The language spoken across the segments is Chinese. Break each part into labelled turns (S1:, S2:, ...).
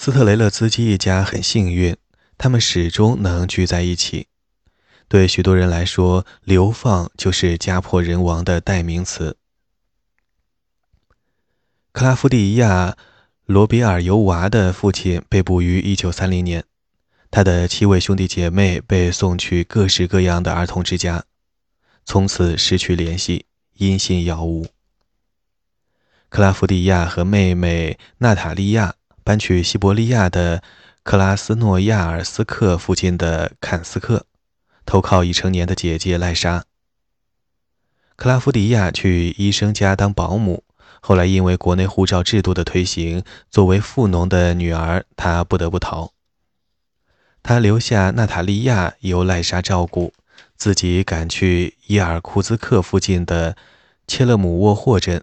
S1: 斯特雷勒兹基一家很幸运，他们始终能聚在一起。对许多人来说，流放就是家破人亡的代名词。克拉夫蒂亚·罗比尔尤娃的父亲被捕于1930年，他的7位兄弟姐妹被送去各式各样的儿童之家，从此失去联系，音信杳无。克拉夫蒂亚和妹妹娜塔莉亚搬去西伯利亚的克拉斯诺亚尔斯克附近的坎斯克，投靠已成年的姐姐赖莎。克拉夫蒂亚去医生家当保姆，后来因为国内护照制度的推行，作为富农的女儿，她不得不逃。她留下娜塔莉亚由赖莎照顾，自己赶去伊尔库兹克附近的切勒姆沃霍镇，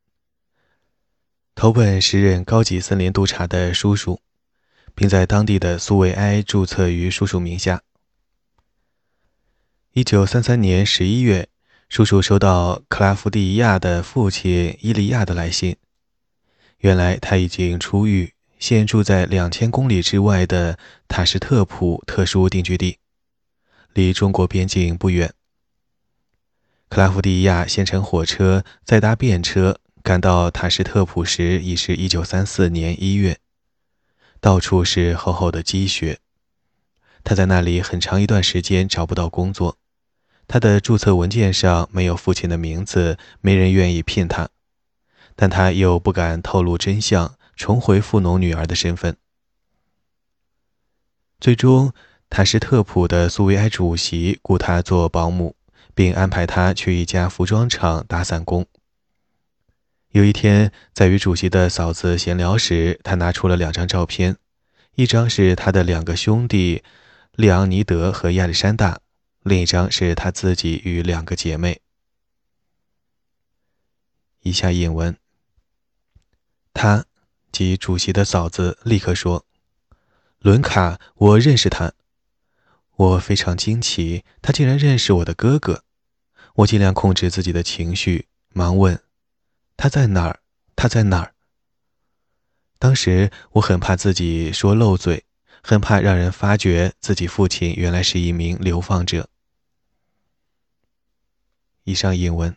S1: 投奔时任高级森林督察的叔叔，并在当地的苏维埃注册于叔叔名下。1933年11月，叔叔收到克拉夫蒂亚的父亲伊利亚的来信。原来他已经出狱，现住在2000公里之外的塔什特普特殊定居地，离中国边境不远。克拉夫蒂亚先乘火车，再搭便车赶到塔什特普时已是1934年1月，到处是厚厚的积雪。他在那里很长一段时间找不到工作，他的注册文件上没有父亲的名字，没人愿意聘他，但他又不敢透露真相，重回富农女儿的身份。最终，塔什特普的苏维埃主席雇他做保姆，并安排他去一家服装厂打散工。有一天，在与主席的嫂子闲聊时，他拿出了2张照片，一张是他的2个兄弟利昂尼德和亚历山大，另一张是他自己与2个姐妹。以下引文。他即主席的嫂子立刻说：“伦卡，我认识他。”我非常惊奇，他竟然认识我的哥哥。我尽量控制自己的情绪，忙问：“他在哪儿？他在哪儿？”当时我很怕自己说漏嘴，很怕让人发觉自己父亲原来是一名流放者。以上引文。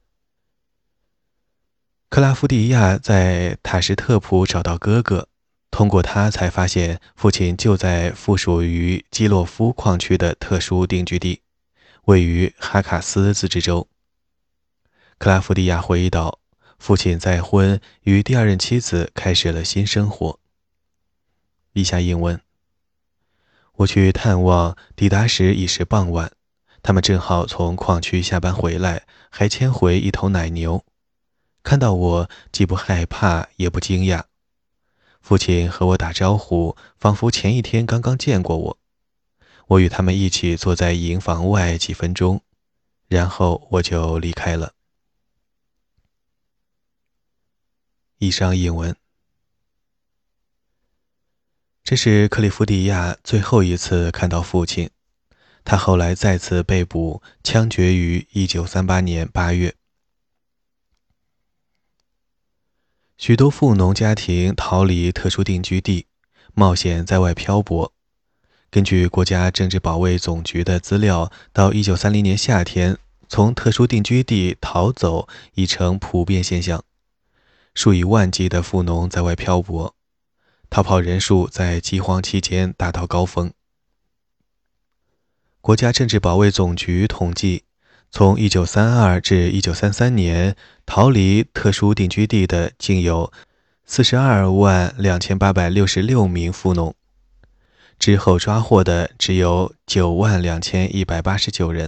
S1: 克拉夫蒂亚在塔什特普找到哥哥，通过他才发现父亲就在附属于基洛夫矿区的特殊定居地，位于哈卡斯自治州。克拉夫蒂亚回忆道，父亲再婚，与第2任妻子开始了新生活。以下引文。我去探望，抵达时已是傍晚，他们正好从矿区下班回来，还牵回一头奶牛。看到我，既不害怕也不惊讶。父亲和我打招呼，仿佛前一天刚刚见过我。我与他们一起坐在营房外几分钟，然后我就离开了。以上引文。这是克利夫蒂亚最后一次看到父亲，他后来再次被捕，枪决于1938年8月。许多富农家庭逃离特殊定居地，冒险在外漂泊。根据国家政治保卫总局的资料，到1930年夏天，从特殊定居地逃走已成普遍现象，数以万计的富农在外漂泊，逃跑人数在饥荒期间达到高峰。国家政治保卫总局统计，从1932至1933年，逃离特殊定居地的竟有422866名富农，之后抓获的只有92189人。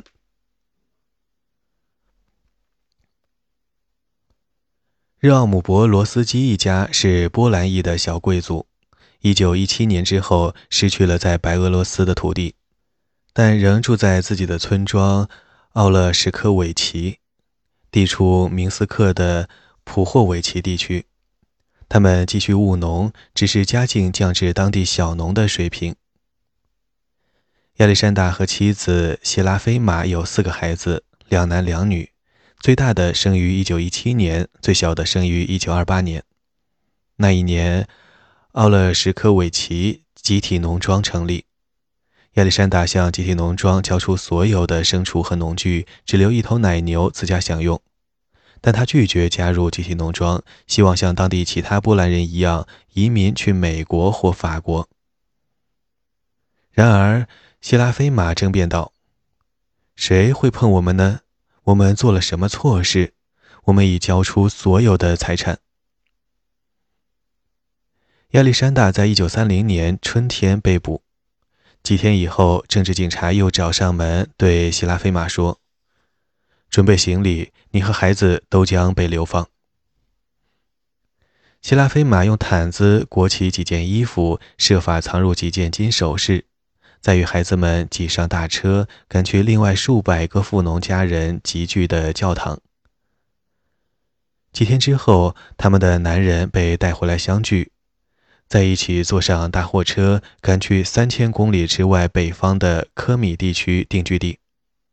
S1: 热奥姆博罗斯基一家是波兰裔的小贵族，1917年之后失去了在白俄罗斯的土地，但仍住在自己的村庄奥勒什科韦奇，地处明斯克的普霍韦奇地区。他们继续务农，只是家境降至当地小农的水平。亚历山大和妻子谢拉菲玛有4个孩子，2男2女，最大的生于1917年，最小的生于1928年。那一年， 奥勒什科维奇集体农庄成立。亚历山大向集体农庄交出所有的牲畜和农具，只留一头奶牛自家享用。但他拒绝加入集体农庄，希望像当地其他波兰人一样移民去美国或法国。然而，希拉菲马争辩道：“谁会碰我们呢？我们做了什么错事？我们已交出所有的财产。”亚历山大在1930年春天被捕。几天以后，政治警察又找上门，对希拉菲马说：“准备行李，你和孩子都将被流放。”希拉菲马用毯子裹起几件衣服，设法藏入几件金首饰，再与孩子们挤上大车，赶去另外数百个富农家人集聚的教堂。几天之后，他们的男人被带回来相聚，在一起坐上大货车，赶去3000公里之外北方的科米地区定居地。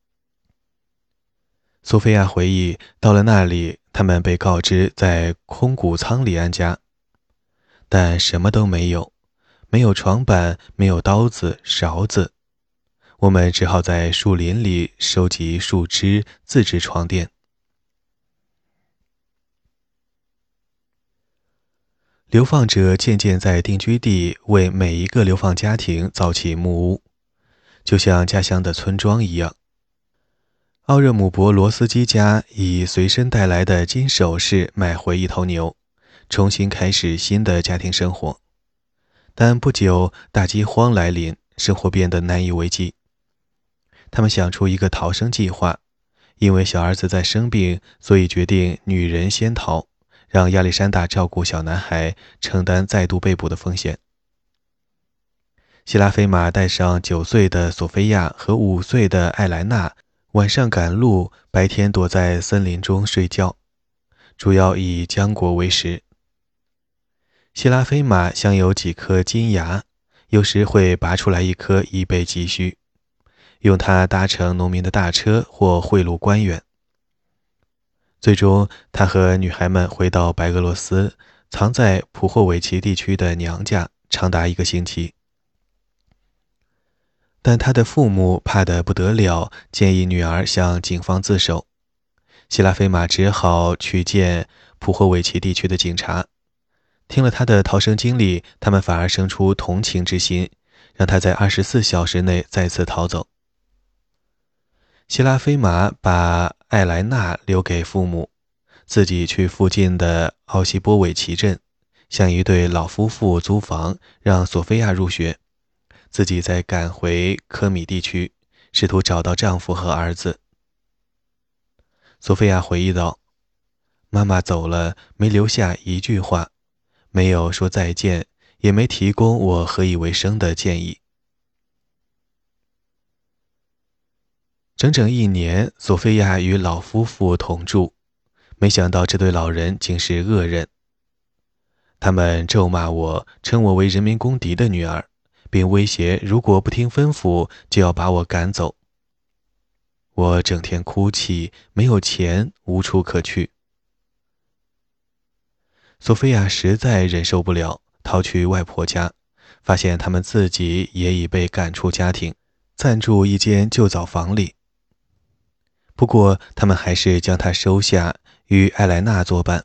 S1: 索菲亚回忆，到了那里，他们被告知在空谷仓里安家，但什么都没有，没有床板，没有刀子、勺子。我们只好在树林里收集树枝，自制床垫。流放者渐渐在定居地为每一个流放家庭造起木屋，就像家乡的村庄一样。奥热姆博罗斯基家以随身带来的金首饰买回一头牛，重新开始新的家庭生活。但不久，大饥荒来临，生活变得难以为继。他们想出一个逃生计划，因为小儿子在生病，所以决定女人先逃，让亚历山大照顾小男孩，承担再度被捕的风险。希拉菲马带上9岁的索菲亚和5岁的艾莱娜，晚上赶路，白天躲在森林中睡觉，主要以浆果为食。希拉菲马镶有几颗金牙，有时会拔出来一颗以备急需，用它搭乘农民的大车或贿赂官员。最终，他和女孩们回到白俄罗斯，藏在普霍维奇地区的娘家，长达1个星期。但他的父母怕得不得了，建议女儿向警方自首。希拉菲马只好去见普霍维奇地区的警察。听了他的逃生经历，他们反而生出同情之心，让他在24小时内再次逃走。希拉菲马把艾莱娜留给父母，自己去附近的奥西波韦奇镇，向一对老夫妇租房，让索菲亚入学，自己再赶回科米地区，试图找到丈夫和儿子。索菲亚回忆道：“妈妈走了，没留下一句话，没有说再见，也没提供我何以为生的建议。”整整1年，索菲亚与老夫妇同住，没想到这对老人竟是恶人。他们咒骂我，称我为人民公敌的女儿，并威胁如果不听吩咐，就要把我赶走。我整天哭泣，没有钱，无处可去。索菲亚实在忍受不了，逃去外婆家，发现他们自己也已被赶出家庭，暂住一间旧澡房里。不过，他们还是将她收下，与艾莱娜作伴。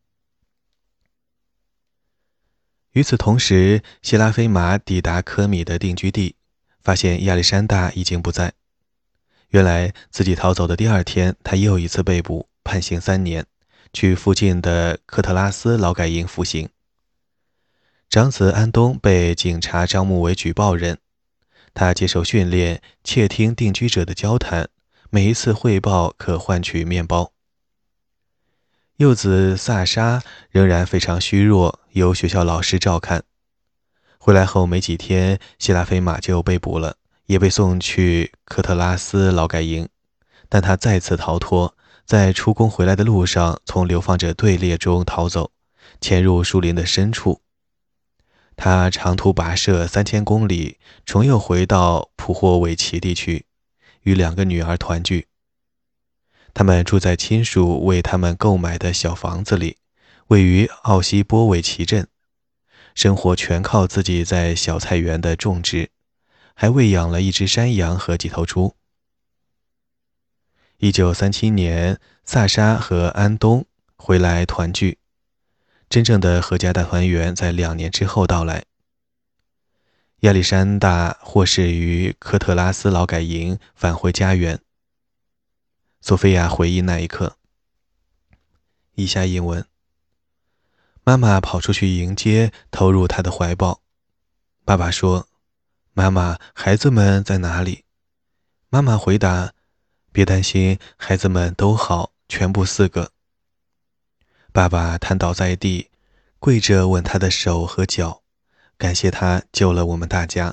S1: 与此同时，希拉菲马抵达科米的定居地，发现亚历山大已经不在。原来，自己逃走的第2天，他又一次被捕，判刑3年，去附近的科特拉斯劳改营服刑。长子安东被警察招募为举报人，他接受训练，窃听定居者的交谈，每一次汇报可换取面包。幼子萨莎仍然非常虚弱，由学校老师照看。回来后没几天，希拉菲马就被捕了，也被送去科特拉斯劳改营，但他再次逃脱，在出宫回来的路上从流放者队列中逃走，潜入树林的深处。他长途跋涉3000公里，重又回到普霍维奇地区，与2个女儿团聚。他们住在亲属为他们购买的小房子里，位于奥西波韦奇镇， 生活全靠自己在小菜园的种植，还喂养了一只山羊和几头猪。1937年，萨莎和安东回来团聚，真正的阖家大团圆在2年之后到来。亚历山大获释于科特拉斯劳改营，返回家园。索菲亚回忆那一刻。以下引文：妈妈跑出去迎接，投入他的怀抱。爸爸说：“妈妈，孩子们在哪里？”妈妈回答：“别担心，孩子们都好，全部4个。”爸爸瘫倒在地，跪着吻他的手和脚，感谢他救了我们大家。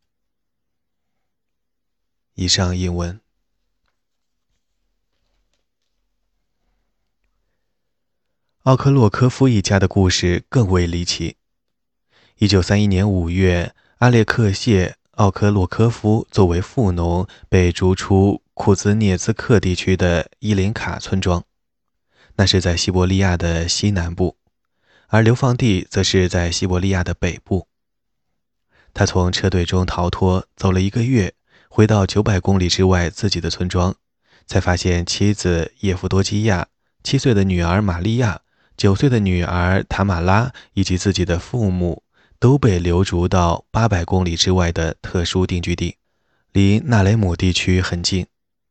S1: 以上引文。奥克洛科夫一家的故事更为离奇。1931年5月，阿列克谢·奥科洛科夫作为富农被逐出库兹涅兹克地区的伊林卡村庄，那是在西伯利亚的西南部，而流放地则是在西伯利亚的北部。他从车队中逃脱，走了1个月，回到900公里之外自己的村庄，才发现妻子叶夫多基亚、7岁的女儿玛利亚、9岁的女儿塔玛拉以及自己的父母都被流逐到800公里之外的特殊定居地，离纳雷姆地区很近。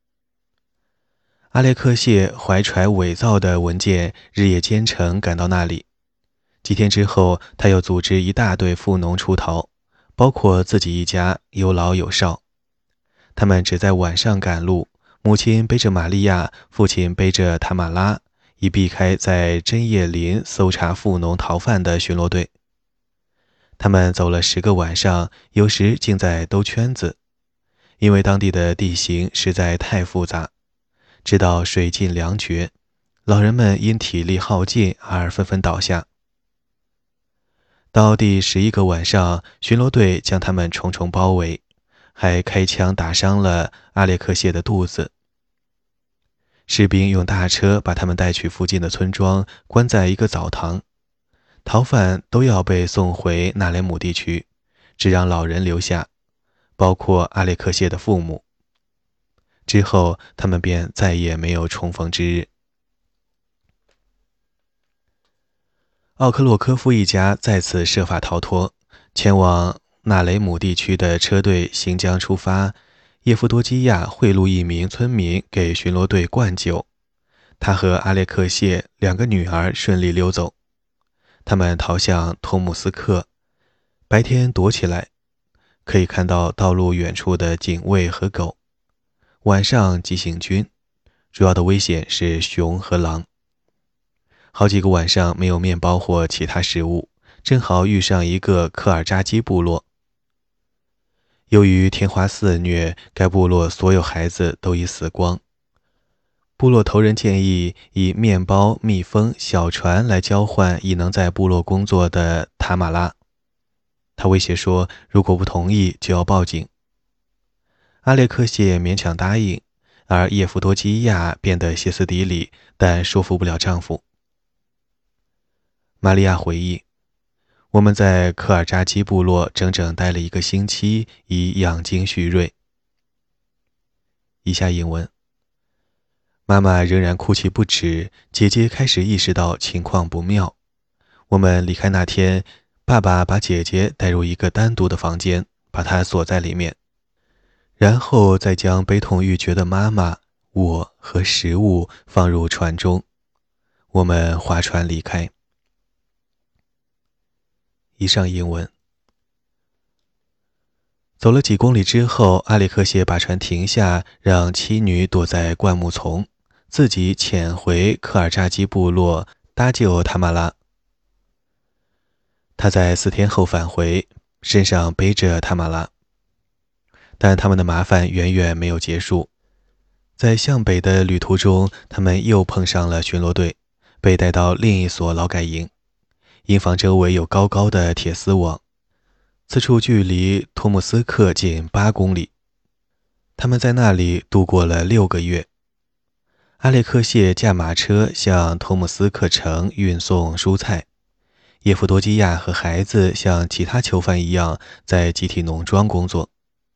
S1: 阿列克谢怀揣伪造的文件，日夜兼程赶到那里。几天之后，他又组织一大队富农出逃，包括自己一家，有老有少。他们只在晚上赶路，母亲背着玛利亚，父亲背着塔玛拉，以避开在针叶林搜查富农逃犯的巡逻队。他们走了10个晚上，有时竟在兜圈子，因为当地的地形实在太复杂，直到水尽粮绝，老人们因体力耗尽而纷纷倒下。到第11个晚上，巡逻队将他们重重包围，还开枪打伤了阿列克谢的肚子。士兵用大车把他们带去附近的村庄，关在一个澡堂。逃犯都要被送回纳雷姆地区，只让老人留下，包括阿列克谢的父母。之后，他们便再也没有重逢之日。奥克洛科夫一家再次设法逃脱，前往纳雷姆地区的车队行将出发。叶夫多基亚贿赂一名村民给巡逻队灌酒，他和阿列克谢2个女儿顺利溜走。他们逃向托姆斯克，白天躲起来，可以看到道路远处的警卫和狗；晚上急行军，主要的危险是熊和狼。好几个晚上没有面包或其他食物，正好遇上一个科尔扎基部落。由于天花肆虐，该部落所有孩子都已死光。部落头人建议以面包、蜜蜂、小船来交换已能在部落工作的塔玛拉。他威胁说，如果不同意就要报警。阿列克谢勉强答应，而叶夫多基亚变得歇斯底里，但说服不了丈夫。玛利亚回忆，我们在科尔扎基部落整整待了1个星期，以养精蓄锐。以下引文。妈妈仍然哭泣不止，姐姐开始意识到情况不妙。我们离开那天，爸爸把姐姐带入一个单独的房间，把她锁在里面，然后再将悲痛欲绝的妈妈、我和食物放入船中。我们划船离开。以上英文。走了几公里之后，阿里克谢把船停下，让妻女躲在灌木丛，自己潜回科尔扎基部落搭救塔玛拉。他在4天后返回，身上背着塔玛拉。但他们的麻烦远远没有结束。在向北的旅途中，他们又碰上了巡逻队，被带到另一所劳改营。营房周围有高高的铁丝网，此处距离托木斯克仅8公里。他们在那里度过了6个月。阿列克谢驾马车向托木斯克城运送蔬菜， 叶夫多基亚和孩子像其他囚犯一样，在集体农庄工作。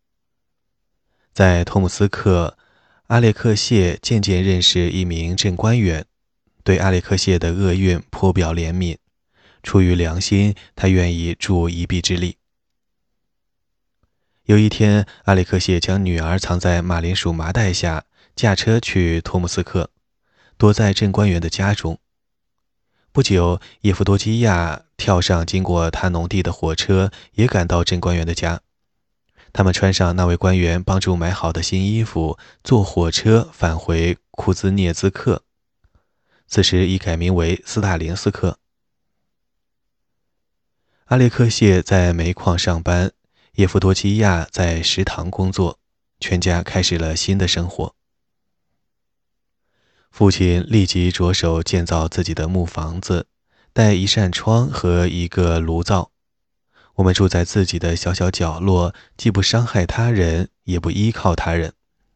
S1: 在托姆斯克，阿列克谢渐渐认识一名镇官员，对阿列克谢的厄运颇表怜悯。出于良心，他愿意助一臂之力。有一天，阿列克谢将女儿藏在马铃薯麻袋下，驾车去托姆斯克，躲在镇官员的家中。不久，叶夫多基亚跳上经过他农地的火车，也赶到镇官员的家。他们穿上那位官员帮助买好的新衣服，坐火车返回库兹涅兹克，此时已改名为斯大林斯克。阿列克谢在煤矿上班，叶夫多基亚在食堂工作，全家开始了新的生活。父亲立即着手建造自己的木房子，带一扇窗和一个炉灶。我们住在自己的小小角落，既不伤害他人，也不依靠他人。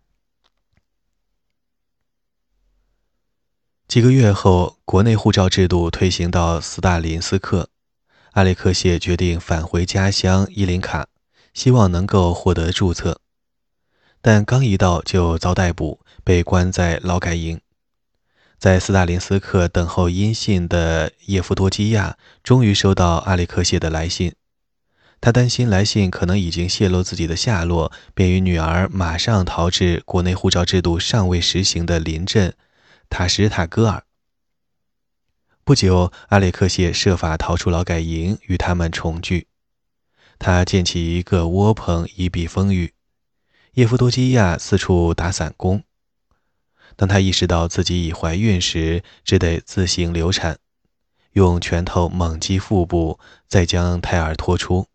S1: 几个月后，国内护照制度推行到斯大林斯克，阿列克谢决定返回家乡伊林卡，希望能够获得注册。但刚一到就遭逮捕，被关在劳改营。在斯大林斯克等候音信的叶夫多基亚终于收到阿列克谢的来信。他担心来信可能已经泄露自己的下落，便与女儿马上逃至国内护照制度尚未实行的邻镇塔什塔戈尔。不久，阿列克谢设法逃出劳改营，与他们重聚。他建起一个窝棚以避风雨。叶夫多基亚四处打散工。当他意识到自己已怀孕时，只得自行流产，用拳头猛击腹部，再将胎儿拖出。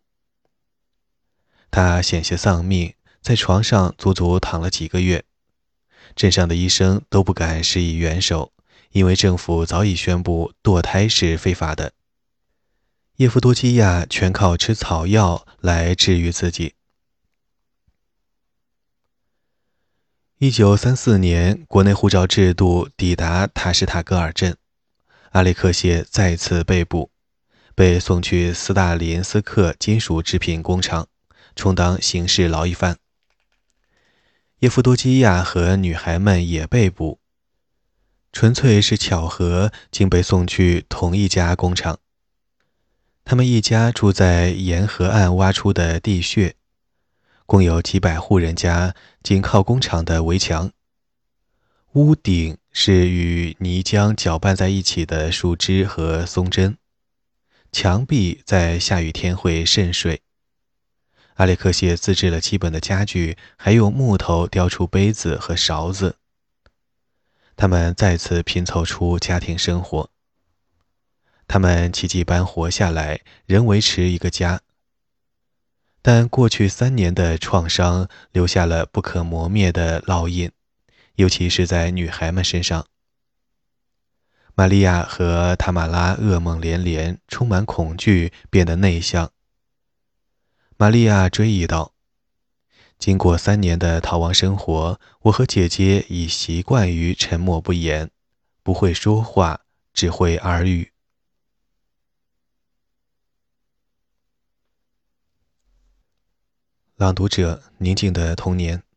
S1: 他险些丧命，在床上足足躺了几个月。镇上的医生都不敢施以援手，因为政府早已宣布堕胎是非法的。叶夫多基亚全靠吃草药来治愈自己。1934年，国内护照制度抵达塔什塔戈尔镇，阿列克谢再次被捕，被送去斯大林斯克金属制品工厂，充当刑事劳役犯。叶夫多基亚和女孩们也被捕，纯粹是巧合，竟被送去同一家工厂。他们一家住在沿河岸挖出的地穴，共有几百户人家，紧靠工厂的围墙。屋顶是与泥浆搅拌在一起的树枝和松针，墙壁在下雨天会渗水。阿列克谢自制了基本的家具，还用木头雕出杯子和勺子。他们再次拼凑出家庭生活。他们奇迹般活下来，仍维持一个家。但过去3年的创伤留下了不可磨灭的烙印，尤其是在女孩们身上。玛利亚和塔马拉噩梦连连，充满恐惧，变得内向。玛利亚追忆道：经过3年的逃亡生活，我和姐姐已习惯于沉默不言，不会说话，只会耳语。朗读者：宁静的童年。